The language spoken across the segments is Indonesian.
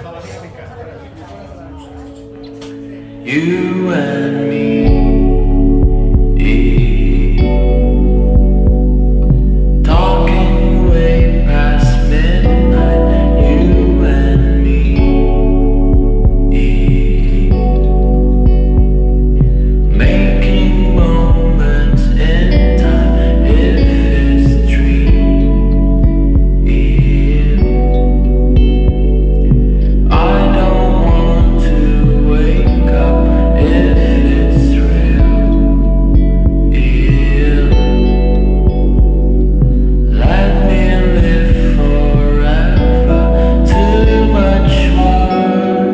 You and me, talking way past midnight. You and me, making moments in time. If it's dream, I don't want to wake up. If it's real, let me live forever. Too much more,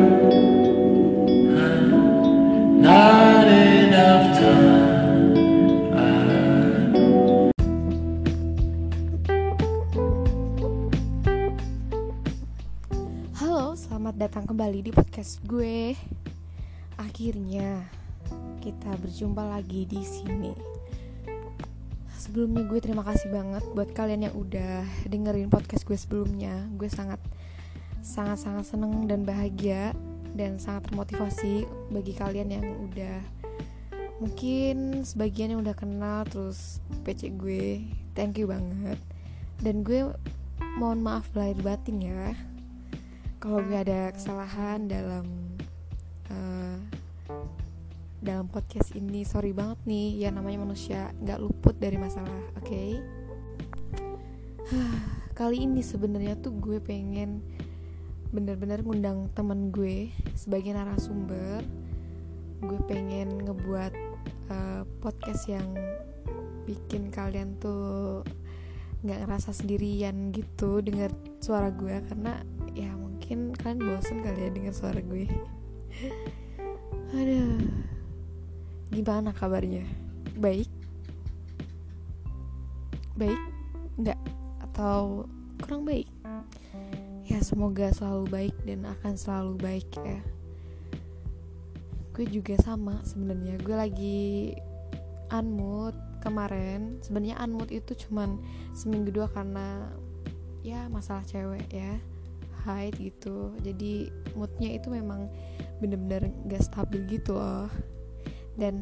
not enough time. Halo, selamat datang kembali di podcast gue. Akhirnya kita berjumpa lagi di sini. Sebelumnya gue terima kasih banget buat kalian yang udah dengerin podcast gue sebelumnya. Gue sangat seneng dan bahagia dan sangat termotivasi bagi kalian yang udah, mungkin sebagian yang udah kenal terus PC gue. Thank you banget. Dan gue mohon maaf lahir batin ya kalau gue ada kesalahan dalam podcast ini. Sorry banget nih, ya namanya manusia gak luput dari masalah, oke? Kali ini sebenarnya tuh gue pengen bener-bener ngundang teman gue sebagai narasumber. Gue pengen ngebuat podcast yang bikin kalian tuh gak ngerasa sendirian gitu denger suara gue, karena ya mungkin kalian bosen kali ya dengar suara gue. Aduh, gimana kabarnya? Baik? Enggak? Atau kurang baik? Ya semoga selalu baik dan akan selalu baik ya. Gue juga sama sebenarnya. Gue lagi unmood kemarin. Sebenarnya unmood itu cuman seminggu dua karena ya masalah cewek ya, haid gitu. Jadi moodnya itu memang bener-bener gak stabil gitu loh. Dan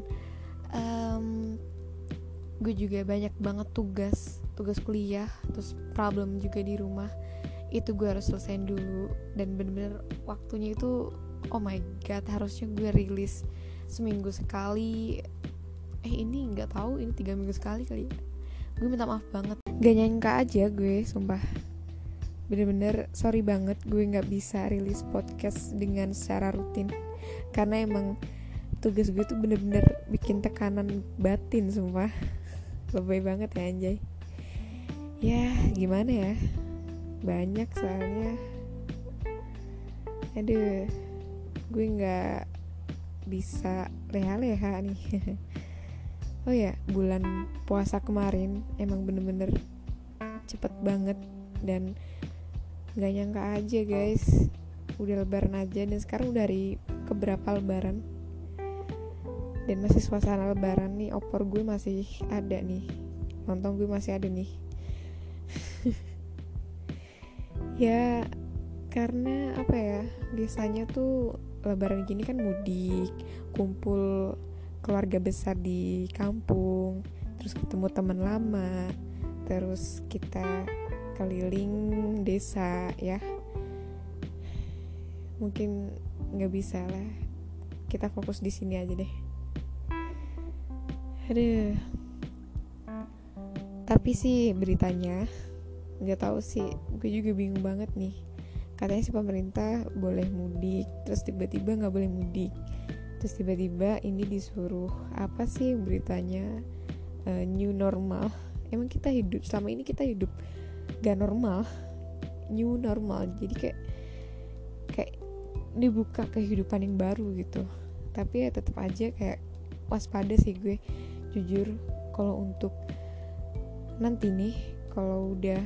gue juga banyak banget tugas kuliah, terus problem juga di rumah. Itu gue harus selesaiin dulu. Dan bener-bener waktunya itu, oh my god, harusnya gue rilis seminggu sekali. Ini gak tahu, ini 3 minggu sekali kali ya. Gue minta maaf banget. Gak nyangka aja gue, sumpah. Bener-bener sorry banget gue gak bisa rilis podcast dengan secara rutin, karena emang tugas gue tuh bener-bener bikin tekanan batin, sumpah. Lebay banget ya anjay. Ya gimana ya, banyak soalnya. Aduh, gue gak bisa leha-leha nih. Oh ya, bulan puasa kemarin emang bener-bener cepet banget. Dan gak nyangka aja guys, udah lebaran aja. Dan sekarang udah hari keberapa lebaran, dan masih suasana lebaran nih. Opor gue masih ada nih, lontong gue masih ada nih. Ya karena apa ya, biasanya tuh lebaran gini kan mudik, kumpul keluarga besar di kampung, terus ketemu teman lama, terus kita keliling desa ya. Mungkin nggak bisa lah, kita fokus di sini aja deh. Aduh, tapi sih beritanya nggak tahu sih, gue juga bingung banget nih. Katanya sih pemerintah boleh mudik, terus tiba-tiba nggak boleh mudik, terus tiba-tiba ini disuruh apa sih beritanya, new normal. Emang kita hidup selama ini, kita hidup gak normal, new normal. Jadi kayak dibuka kehidupan yang baru gitu. Tapi ya tetap aja kayak waspada sih gue, jujur. Kalau untuk nanti nih, kalau udah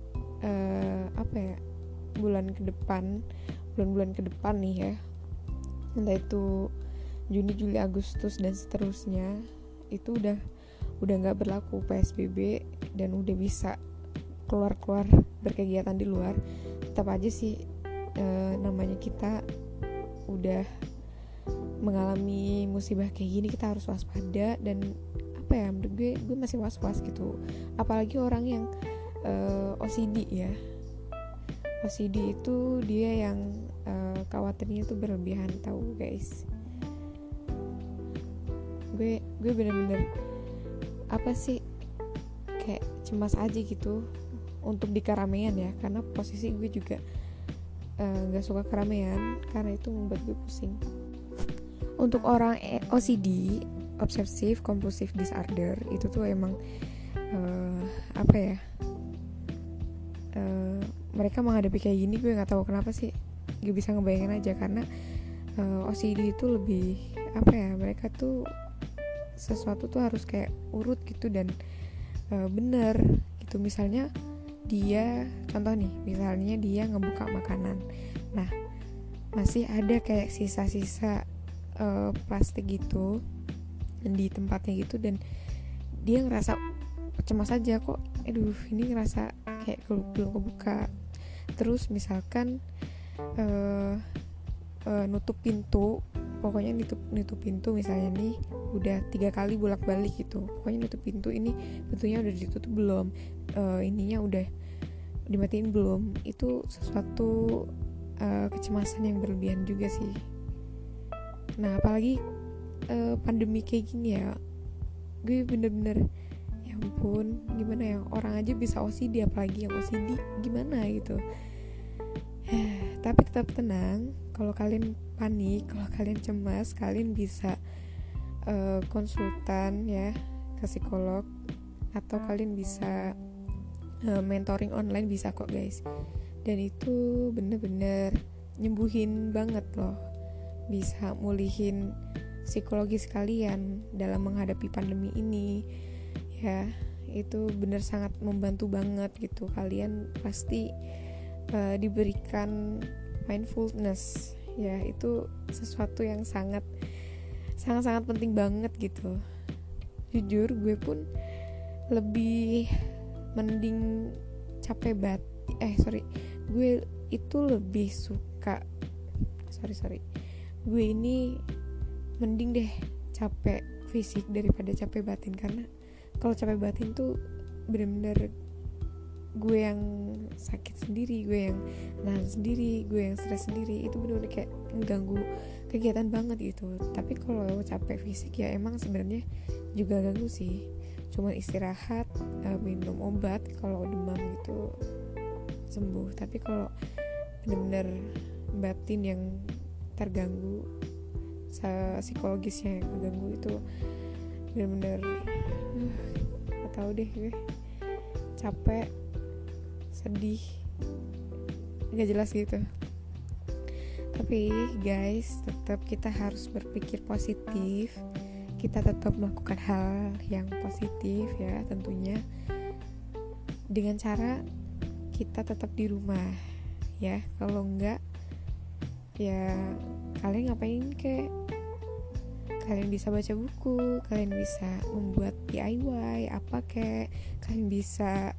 bulan-bulan ke depan nih ya, entah itu Juni, Juli, Agustus dan seterusnya, itu udah nggak berlaku PSBB dan udah bisa keluar berkegiatan di luar. Tetap aja sih namanya kita udah mengalami musibah kayak gini, kita harus waspada. Dan apa ya, menurut gue masih was-was gitu, apalagi orang yang OCD ya. OCD itu dia yang khawatirnya tuh berlebihan, tahu guys. Gue bener-bener apa sih, kayak cemas aja gitu untuk di keramaian ya, karena posisi gue juga gak suka keramaian karena itu membuat gue pusing. Untuk orang OCD, obsessive compulsive disorder, itu tuh emang apa ya, mereka menghadapi kayak gini, gue nggak tahu kenapa sih, gue bisa ngebayangin aja. Karena OCD itu lebih apa ya, mereka tuh sesuatu tuh harus kayak urut gitu dan bener gitu. Misalnya dia, contoh nih, misalnya dia ngebuka makanan, nah masih ada kayak sisa-sisa plastik gitu di tempatnya gitu, dan dia ngerasa cemas aja, kok aduh ini ngerasa kayak belum kebuka. Terus misalkan nutup pintu, pokoknya nutup pintu misalnya nih udah 3 kali bolak-balik gitu, pokoknya nutup pintu, ini pintunya udah ditutup belum, ininya udah dimatiin belum. Itu sesuatu kecemasan yang berlebihan juga sih. Nah apalagi pandemi kayak gini ya, gue bener-bener ya ampun, gimana ya, orang aja bisa OCD, apalagi yang OCD gimana gitu. Tapi tetap tenang, kalau kalian panik, kalau kalian cemas, kalian bisa konsultan ya ke psikolog, atau kalian bisa mentoring online, bisa kok guys. Dan itu bener-bener nyembuhin banget loh, bisa mulihin psikologis kalian dalam menghadapi pandemi ini ya. Itu bener sangat membantu banget gitu. Kalian pasti diberikan mindfulness ya, itu sesuatu yang sangat penting banget gitu. Jujur gue pun lebih mending capek gue itu lebih suka gue ini mending deh capek fisik daripada capek batin. Karena kalau capek batin tuh bener-bener gue yang sakit sendiri, gue yang nahan sendiri, gue yang stres sendiri, itu bener-bener kayak mengganggu kegiatan banget gitu. Tapi kalau capek fisik ya emang sebenarnya juga ganggu sih, cuma istirahat, minum obat kalau demam gitu sembuh. Tapi kalau bener-bener batin yang terganggu, psikologisnya yang terganggu, itu bener-bener gak tau deh, gue capek, sedih, gak jelas gitu. Tapi guys, tetap kita harus berpikir positif, kita tetap melakukan hal yang positif ya tentunya, dengan cara kita tetap di rumah ya. Kalau enggak ya kalian ngapain kek, kalian bisa baca buku, kalian bisa membuat DIY apa kek, kalian bisa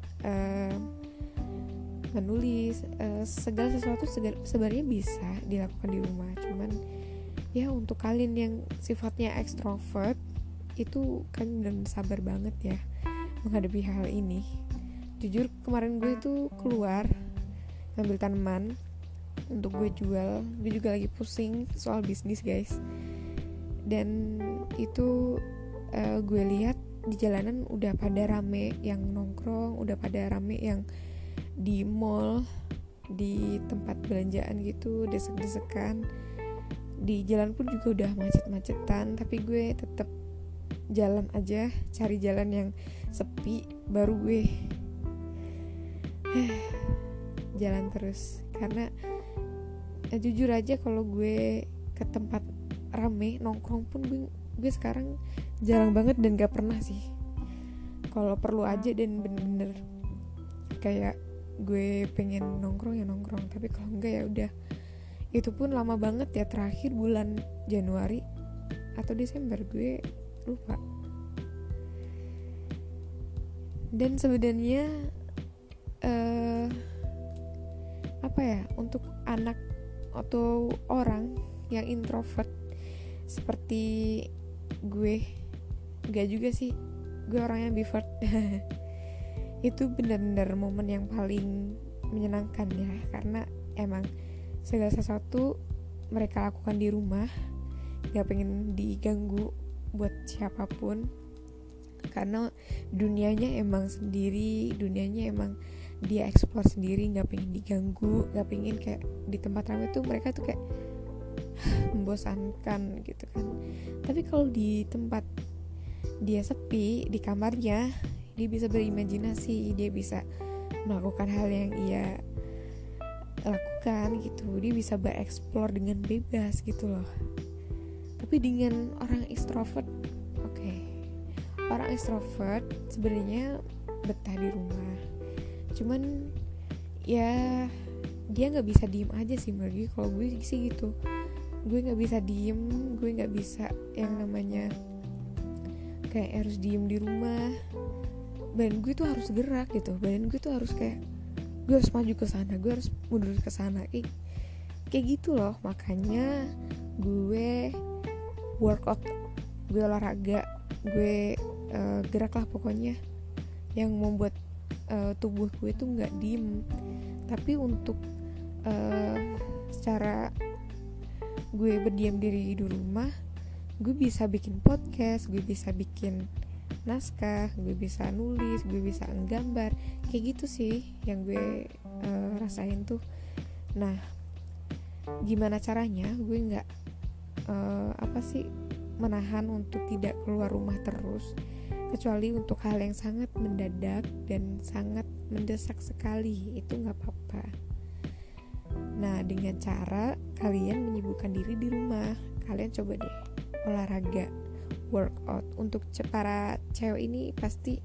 menulis, segala sesuatu sebenarnya bisa dilakukan di rumah. Cuman ya untuk kalian yang sifatnya ekstrovert, itu kalian benar sabar banget ya menghadapi hal ini. Jujur kemarin gue tuh keluar ngambil tanaman untuk gue jual. Gue juga lagi pusing soal bisnis guys. Dan itu gue lihat di jalanan udah pada rame yang nongkrong, udah pada rame yang di mall, di tempat belanjaan gitu, desek-desekan. Di jalan pun juga udah macet-macetan, tapi gue tetap jalan aja, cari jalan yang sepi, baru gue jalan terus. Karena jujur aja kalau gue ke tempat rame nongkrong pun gue sekarang jarang banget dan gak pernah sih. Kalau perlu aja dan bener-bener kayak gue pengen nongkrong ya nongkrong, tapi kalau enggak ya udah. Itu pun lama banget ya, terakhir bulan Januari atau Desember, gue lupa. Dan sebenarnya apa ya, untuk anak atau orang yang introvert seperti gue, gak juga sih, gue orangnya ambivert. Itu benar-benar momen yang paling menyenangkan ya, karena emang segala sesuatu mereka lakukan di rumah, gak pengen diganggu buat siapapun, karena dunianya emang sendiri, dunianya emang dia explore sendiri, gak pengen diganggu, gak pengen kayak di tempat ramai tuh mereka tuh kayak membosankan gitu kan. Tapi kalau di tempat dia sepi, di kamarnya, dia bisa berimajinasi, dia bisa melakukan hal yang ia lakukan gitu, dia bisa bereksplor dengan bebas gitu loh. Tapi dengan orang extrovert, orang extrovert sebenarnya betah di rumah, cuman ya dia nggak bisa diem aja sih menurut gue. Kalau gue sih gitu, gue nggak bisa diem, gue nggak bisa yang namanya kayak harus diem di rumah. Badan gue tuh harus gerak gitu, badan gue tuh harus kayak gue harus maju ke sana, gue harus mundur ke sana, kayak gitu loh. Makanya gue workout, gue olahraga, gue gerak lah pokoknya, yang membuat tubuh gue tuh nggak diem. Tapi untuk secara gue berdiam diri di rumah, gue bisa bikin podcast, gue bisa bikin naskah, gue bisa nulis, gue bisa nggambar, kayak gitu sih yang gue rasain tuh. Nah, gimana caranya gue nggak menahan untuk tidak keluar rumah terus, kecuali untuk hal yang sangat mendadak dan sangat mendesak sekali, itu nggak apa-apa. Nah, dengan cara kalian menyibukkan diri di rumah, kalian coba deh olahraga, workout. Untuk para cewek ini pasti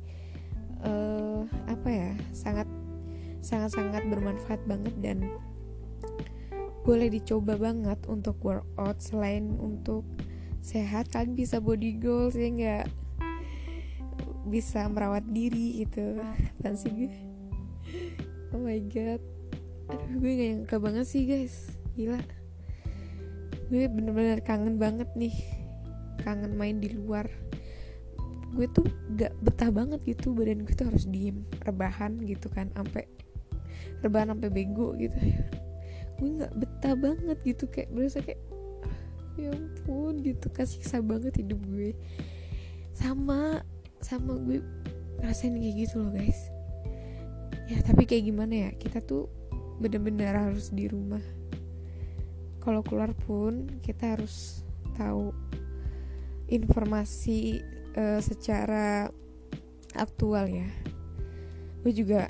sangat bermanfaat banget dan boleh dicoba banget untuk workout. Selain untuk sehat, kalian bisa body goals ya nggak, bisa merawat diri gitu. Apaan sih gue? Oh my god, aduh gue gak nyangka banget sih guys, gila. Gue bener-bener kangen banget nih, kangen main di luar. Gue tuh gak betah banget gitu, badan gue tuh harus diem, rebahan gitu kan, rebahan sampai bego gitu. Gue gak betah banget gitu, kayak berasa kayak ya ampun gitu, kesiksa banget hidup gue. Sama gue ngerasain kayak gitu loh guys. Ya tapi kayak gimana ya, kita tuh bener-bener harus di rumah. Kalau keluar pun kita harus tahu informasi secara aktual ya. Gue juga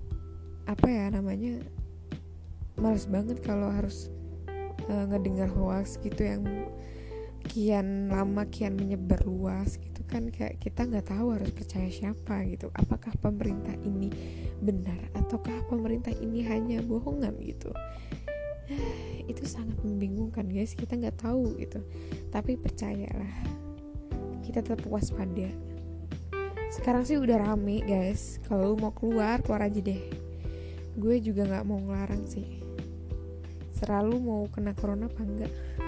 males banget kalau harus ngedengar hoax gitu yang kian lama kian menyebar luas gitu kan. Kayak kita nggak tahu harus percaya siapa gitu, apakah pemerintah ini benar ataukah pemerintah ini hanya bohongan gitu. Itu sangat membingungkan guys, kita nggak tahu gitu. Tapi percayalah, kita tetap waspada. Sekarang sih udah rame guys, kalau lu mau keluar aja deh. Gue juga nggak mau ngelarang sih, selalu mau kena corona apa enggak.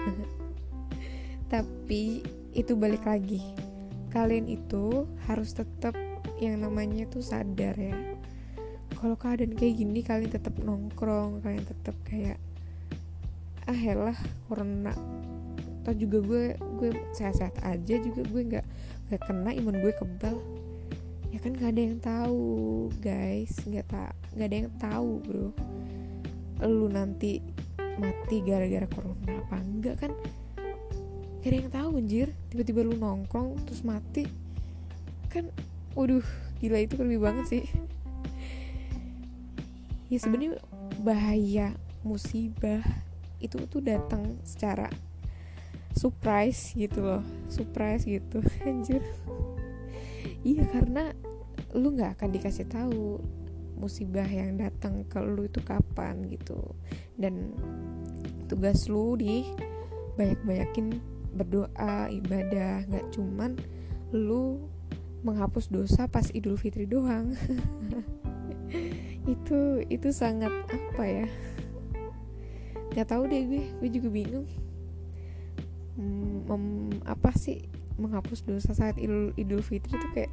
Tapi itu balik lagi, kalian itu harus tetap yang namanya tuh sadar ya. Kalau keadaan kayak gini, kalian tetap nongkrong, kalian tetap kayak elah corona. Atau juga gue sehat-sehat aja juga, gue nggak kena, imun gue kebal. Ya kan nggak ada yang tahu guys, nggak ada yang tahu bro. Lu nanti mati gara-gara corona apa enggak kan gak ada yang tahu anjir. Tiba-tiba lu nongkrong terus mati kan, waduh gila, itu lebih banget sih. Ya sebenarnya bahaya musibah itu tuh datang secara surprise gitu loh, anjir. Iya, karena lu nggak akan dikasih tahu musibah yang datang ke lu itu kapan gitu. Dan tugas lu nih banyak-banyakin berdoa, ibadah, nggak cuman lu menghapus dosa pas Idul Fitri doang. itu sangat Gak tahu deh, gue juga bingung. Apa sih menghapus dosa saat Idul Fitri tuh kayak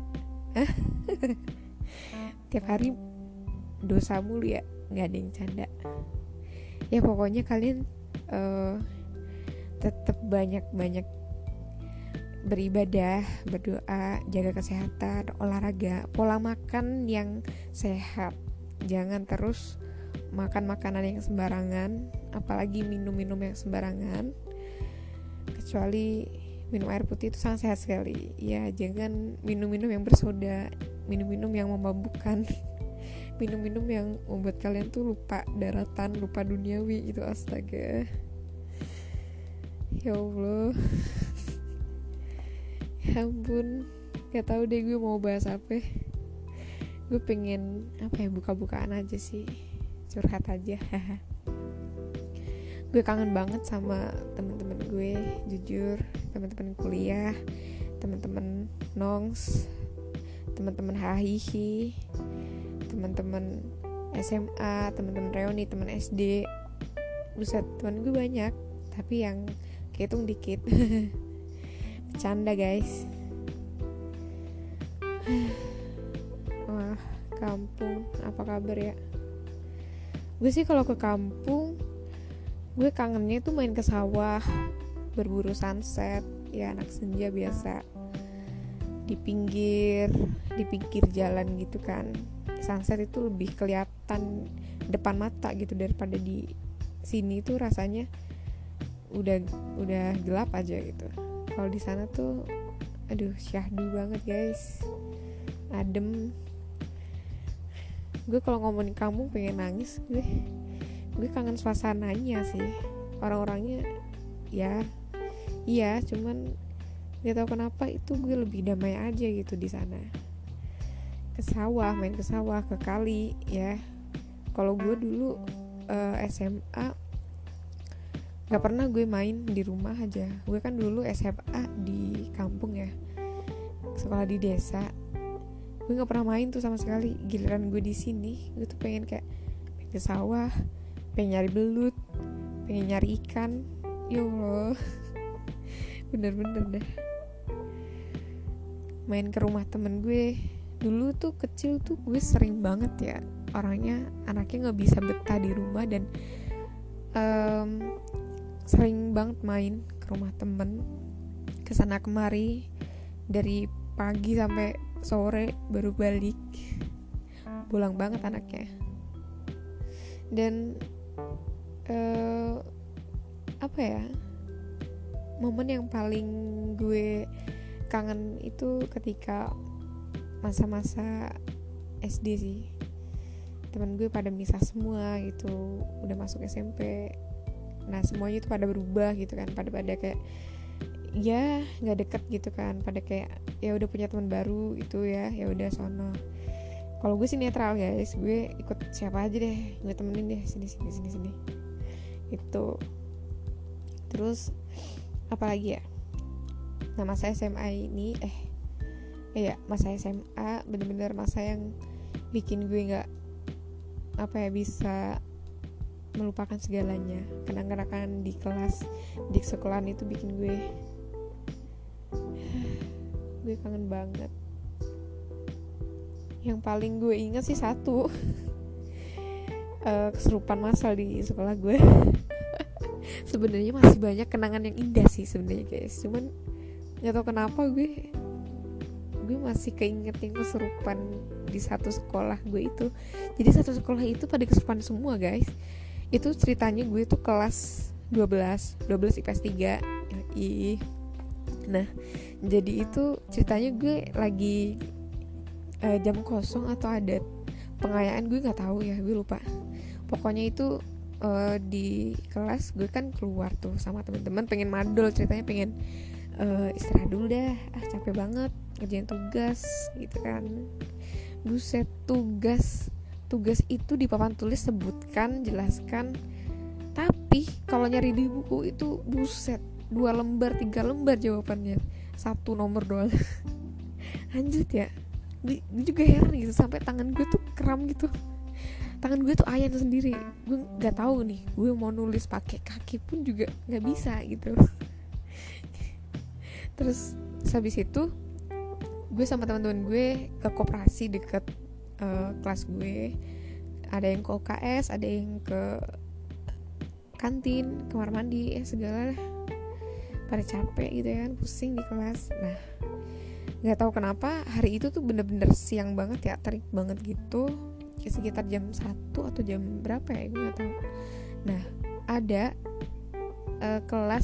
tiap hari dosa mulu ya, nggak ada yang canda. Ya pokoknya kalian tetap banyak beribadah, berdoa, jaga kesehatan, olahraga, pola makan yang sehat. Jangan terus makan makanan yang sembarangan, apalagi minum-minum yang sembarangan. Kecuali minum air putih itu sangat sehat sekali. Ya jangan minum-minum yang bersoda, minum-minum yang memabukkan, minum-minum yang membuat kalian tuh lupa daratan, lupa duniawi gitu. Astaga, ya Allah. Ya ampun, gak tahu deh gue mau bahas apa. Gue pengen buka-bukaan aja sih, curhat aja. Gue kangen banget sama teman-teman gue, jujur, teman-teman kuliah, teman-teman nongs, teman-teman hahihi, teman-teman SMA, teman-teman reuni, teman SD. Buset, teman gue banyak, tapi yang kehitung dikit. Bercanda guys. Wah, kampung, apa kabar ya? Gue sih kalau ke kampung, gue kangennya tuh main ke sawah, berburu sunset, ya anak senja biasa. Di pinggir jalan gitu kan. Sunset itu lebih kelihatan depan mata gitu daripada di sini tuh rasanya udah gelap aja gitu. Kalau di sana tuh aduh syahdu banget guys, adem. Gue kalau ngomongin kampung pengen nangis. Gue kangen suasananya sih, orang-orangnya ya iya, cuman gak tahu kenapa itu gue lebih damai aja gitu di sana. Ke sawah, main ke sawah, ke kali ya. Kalau gue dulu SMA gak pernah gue main di rumah aja. Gue kan dulu SMA di kampung ya, sekolah di desa. Gue gak pernah main tuh sama sekali. Giliran gue di sini, gue tuh pengen kayak main ke sawah, pengen nyari belut, pengen nyari ikan. Ya Allah, bener-bener dah. Main ke rumah temen gue. Dulu tuh kecil tuh gue sering banget ya, anaknya gak bisa betah di rumah. Dan sering banget main ke rumah temen, kesana kemari dari pagi sampai sore baru balik. Bolang banget anaknya. Dan momen yang paling gue kangen itu ketika masa-masa SD sih. Temen gue pada misah semua gitu, udah masuk SMP. Nah semuanya itu pada berubah gitu kan, pada kayak ya nggak deket gitu kan, pada kayak ya udah punya teman baru gitu ya udah sono. Kalau gue sih netral guys, gue ikut siapa aja deh, gue temenin deh sini itu. Terus apalagi ya, nah masa SMA ini masa SMA bener-bener masa yang bikin gue nggak bisa melupakan segalanya. Kenang-kenangan di kelas, di sekolahan itu bikin gue kangen banget. Yang paling gue ingat sih satu, kesurupan massal di sekolah gue. Sebenarnya masih banyak kenangan yang indah sih sebenarnya guys, cuman nggak tahu kenapa gue masih keinget yang kesurupan di satu sekolah gue itu. Jadi satu sekolah itu pada kesurupan semua guys. Itu ceritanya gue tuh kelas 12 IPS 3. Nah jadi itu ceritanya gue lagi jam kosong atau ada pengayaan, gue nggak tahu ya, gue lupa. Pokoknya itu di kelas gue kan keluar tuh sama teman-teman, pengen madol, ceritanya pengen istirahat dulu dah, capek banget ngerjain tugas gitu kan. Buset, tugas itu di papan tulis sebutkan, jelaskan, tapi kalau nyari di buku itu buset 2 lembar 3 lembar jawabannya, 1 nomor doang. Anjir ya, gue juga heran gitu, sampai tangan gue tuh kram gitu. tangan gue tuh ayan sendiri. Gue nggak tahu nih, gue mau nulis pakai kaki pun juga nggak bisa gitu. Terus habis itu gue sama teman-teman gue ke koperasi deket kelas gue. Ada yang ke UKS, ada yang ke kantin, kamar mandi, segala lah. Pada capek gitu ya kan, pusing di kelas. Nah, nggak tahu kenapa hari itu tuh bener-bener siang banget ya, terik banget gitu, sekitar jam 1 atau jam berapa ya, gue nggak tahu. Nah, ada kelas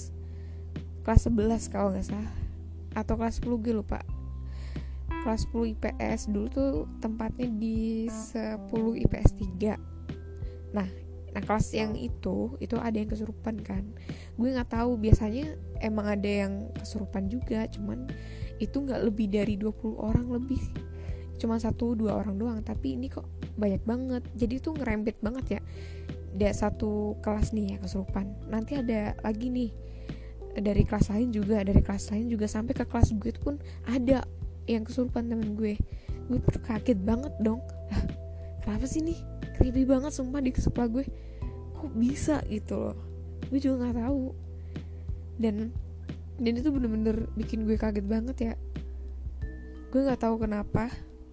11 kalau nggak salah, atau kelas 10, gue lupa. Kelas 10 IPS dulu tuh tempatnya di 10 IPS 3. Nah kelas yang itu ada yang kesurupan kan. Gue nggak tahu, biasanya emang ada yang kesurupan juga, cuman itu nggak lebih dari 20 orang lebih, cuma 1-2 orang doang. Tapi ini kok banyak banget, jadi tuh ngerembet banget ya. Ada satu kelas nih ya kesurupan, nanti ada lagi nih dari kelas lain juga, sampai ke kelas gue itu pun ada yang kesurupan temen gue. Gue pun kaget banget dong. Kenapa sih nih, creepy banget sumpah di sekolah gue, kok bisa gitu loh. Gue juga nggak tahu, dan itu bener-bener bikin gue kaget banget ya. Gue nggak tahu kenapa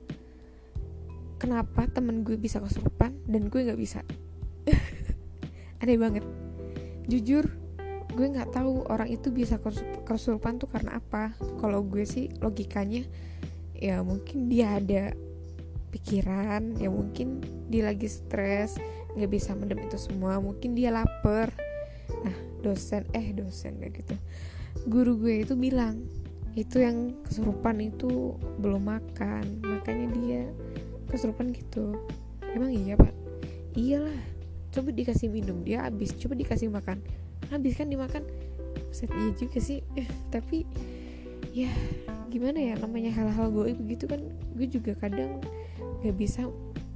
temen gue bisa kesurupan dan gue nggak bisa. Aneh banget, jujur gue nggak tahu orang itu bisa kesurupan tuh karena apa. Kalau gue sih logikanya ya mungkin dia ada pikiran, ya mungkin dia lagi stres, nggak bisa mendem itu semua, mungkin dia lapar. Nah dosen kayak gitu, guru gue itu bilang itu yang kesurupan itu belum makan, makanya dia kesurupan gitu. Emang iya pak? Iyalah, coba dikasih minum dia habis, coba dikasih makan habis kan dimakan. Set, iya juga sih. Tapi ya gimana ya, namanya hal-hal goib begitu kan, gue juga kadang gak bisa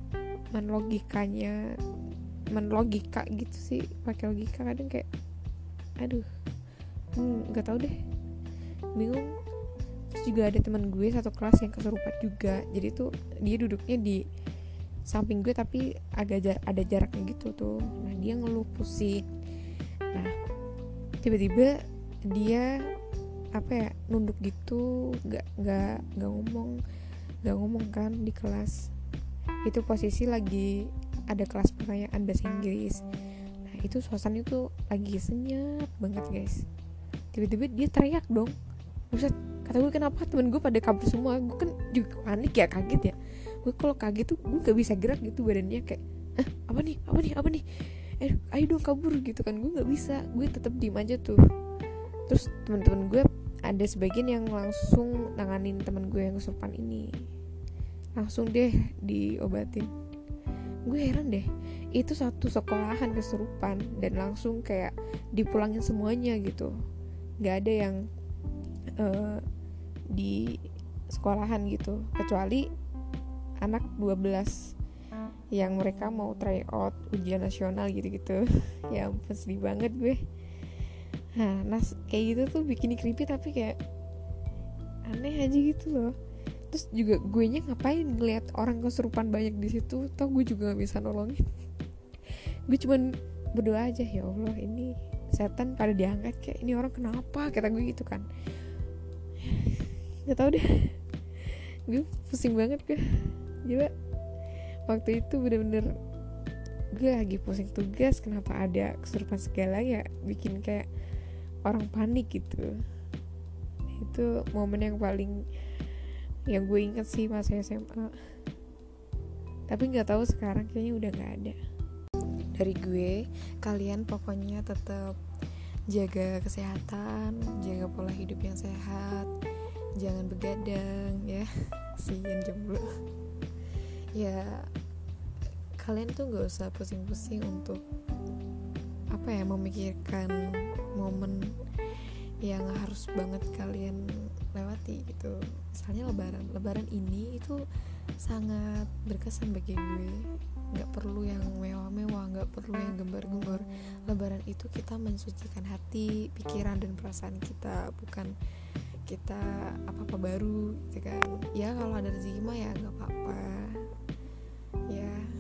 menlogika gitu sih, pakai logika kadang kayak aduh, nggak tahu deh, bingung. Terus juga ada teman gue satu kelas yang kesurupan juga, jadi tuh dia duduknya di samping gue tapi agak ada jaraknya gitu tuh. Nah dia ngeluh pusing. Nah tiba-tiba dia nunduk gitu, nggak ngomong kan di kelas. Itu posisi lagi ada kelas pertanyaan bahasa Inggris. Nah itu suasana itu lagi senyap banget guys. Tiba-tiba dia teriak dong. Buset, kata gue kenapa temen gue pada kabur semua. Gue kan juga panik ya, kaget ya. Gue kalau kaget tuh gue gak bisa gerak gitu badannya, kayak apa nih ayo dong kabur gitu kan. Gue gak bisa, gue tetap diem aja tuh. Terus teman-teman gue ada sebagian yang langsung nanganin teman gue yang kesurupan ini, langsung deh diobatin. Gue heran deh, itu satu sekolahan kesurupan dan langsung kayak dipulangin semuanya gitu. Gak ada yang di sekolahan gitu, kecuali anak 12 yang mereka mau try out ujian nasional gitu-gitu. Ya ampun, sedih banget gue. Nah kayak gitu tuh bikin creepy, tapi kayak aneh aja gitu loh. Terus juga gue nya ngapain ngeliat orang kesurupan banyak di situ, toh gue juga gak bisa nolongin. Gue cuman berdoa aja, ya Allah ini setan pada diangkat, kayak ini orang kenapa, kata gue gitu kan. Gak tau deh, gue pusing banget gue. Coba waktu itu bener-bener gue lagi pusing tugas, kenapa ada kesurupan segala ya, bikin kayak orang panik gitu. Itu momen yang paling yang gue inget sih masa SMA. Tapi nggak tahu sekarang kayaknya udah nggak ada. Dari gue, kalian pokoknya tetap jaga kesehatan, jaga pola hidup yang sehat, jangan begadang ya, sian jomblo. Ya kalian tuh nggak usah pusing-pusing untuk memikirkan momen yang harus banget kalian lewati gitu. Misalnya lebaran ini itu sangat berkesan bagi gue. Nggak perlu yang mewah-mewah, nggak perlu yang gembar-gembor. Lebaran itu kita mensucikan hati, pikiran dan perasaan kita, bukan kita apa-apa baru gitu kan. Ya kalau ada rezeki mah ya nggak apa-apa ya,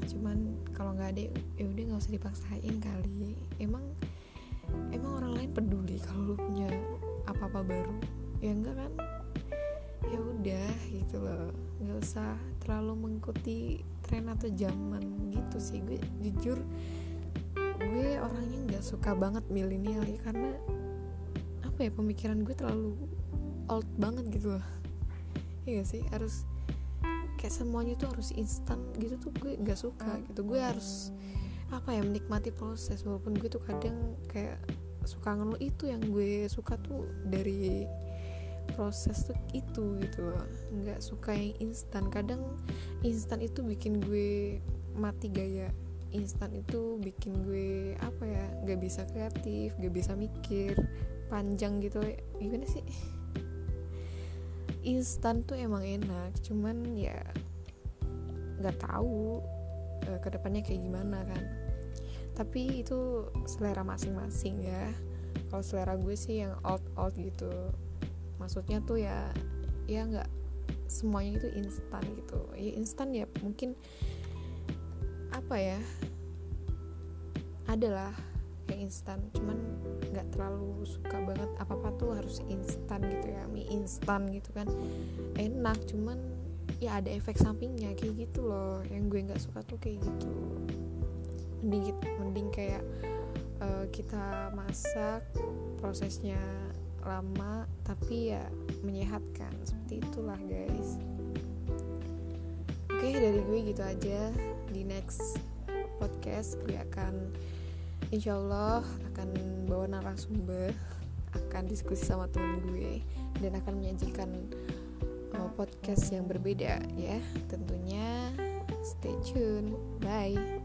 cuman kalau nggak ada ya udah nggak usah dipaksain kali. Emang orang lain peduli kalau lu punya apa-apa baru? Ya enggak kan? Ya udah gitu loh, nggak usah terlalu mengikuti tren atau zaman gitu sih. Gue jujur gue orangnya nggak suka banget milenial ya, karena apa ya, pemikiran gue terlalu old banget gitu loh. Iya gak sih, harus kayak semuanya tuh harus instan gitu tuh gue nggak suka gitu. Gue harus apa ya, menikmati proses, walaupun gue tuh kadang kayak suka ngeluh. Itu yang gue suka tuh dari proses tuh itu gitu loh, nggak suka yang instan. Kadang instan itu bikin gue mati gaya, instan itu bikin gue apa ya, nggak bisa kreatif, nggak bisa mikir panjang gitu. Gimana sih, instan tuh emang enak, cuman ya nggak tahu kedepannya kayak gimana kan. Tapi itu selera masing-masing ya. Kalau selera gue sih yang old gitu, maksudnya tuh ya nggak semuanya itu instan gitu. Ya instan ya mungkin apa ya, adalah kayak instan, cuman nggak terlalu suka banget apa-apa tuh harus instan gitu ya. Mie instan gitu kan enak, cuman ya ada efek sampingnya kayak gitu loh. Yang gue nggak suka tuh kayak gitu. Mending kayak kita masak, prosesnya lama tapi ya menyehatkan, seperti itulah guys. Oke, dari gue gitu aja. Di next podcast gue akan insyaallah akan bawa narasumber, akan diskusi sama temen gue, dan akan menyajikan podcast yang berbeda ya. Tentunya stay tune. Bye.